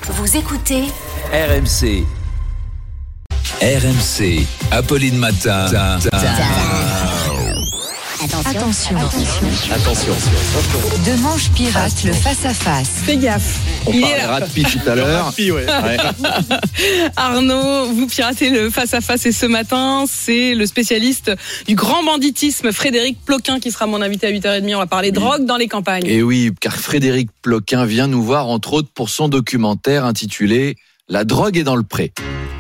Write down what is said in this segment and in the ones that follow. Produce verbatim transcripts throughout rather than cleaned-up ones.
Vous écoutez R M C. R M C, Apolline Matin. Attention, attention, Attention. Demanche pirate, le face-à-face. Fais gaffe. On Il parlait est- Ratpi tout à l'heure. Ratpi, ouais. Ouais. Arnaud, vous piratez le face-à-face et ce matin, c'est le spécialiste du grand banditisme, Frédéric Ploquin, qui sera mon invité à huit heures trente. On va parler drogue dans les campagnes. Et oui, car Frédéric Ploquin vient nous voir entre autres pour son documentaire intitulé « La drogue est dans le pré ».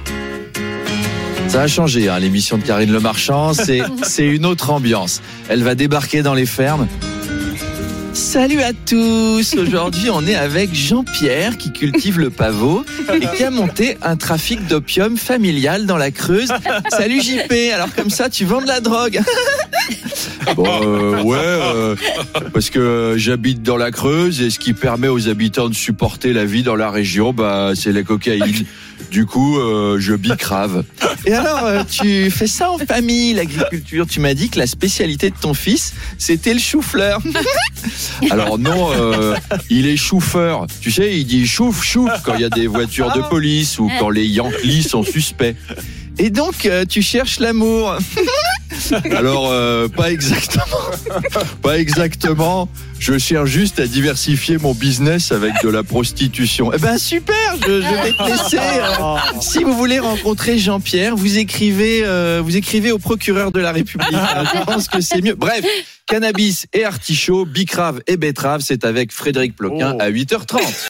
Ça a changé, hein, l'émission de Karine Le Marchand, c'est, c'est une autre ambiance. Elle va débarquer dans les fermes. Salut à tous. Aujourd'hui, on est avec Jean-Pierre qui cultive le pavot et qui a monté un trafic d'opium familial dans la Creuse. Salut J P. Alors comme ça, tu vends de la drogue? Bon, euh, ouais, euh, parce que j'habite dans la Creuse et ce qui permet aux habitants de supporter la vie dans la région, bah, c'est la cocaïne. Du coup, euh, je bicrave. Et alors, euh, tu fais ça en famille, l'agriculture. Tu m'as dit que la spécialité de ton fils, c'était le chou-fleur. Alors non, euh, il est chauffeur. Tu sais, il dit chouf, chouf quand il y a des voitures de police ou quand les Yankees sont suspects. Et donc, euh, tu cherches l'amour. Alors, euh, pas exactement. Pas exactement. Je cherche juste à diversifier mon business avec de la prostitution. Eh ben super, je, je vais te laisser. Euh, si vous voulez rencontrer Jean-Pierre, vous écrivez, euh, vous écrivez au procureur de la République. Je pense que c'est mieux. Bref, cannabis et artichaut, bicrave et betterave, c'est avec Frédéric Ploquin Oh. à huit heures trente.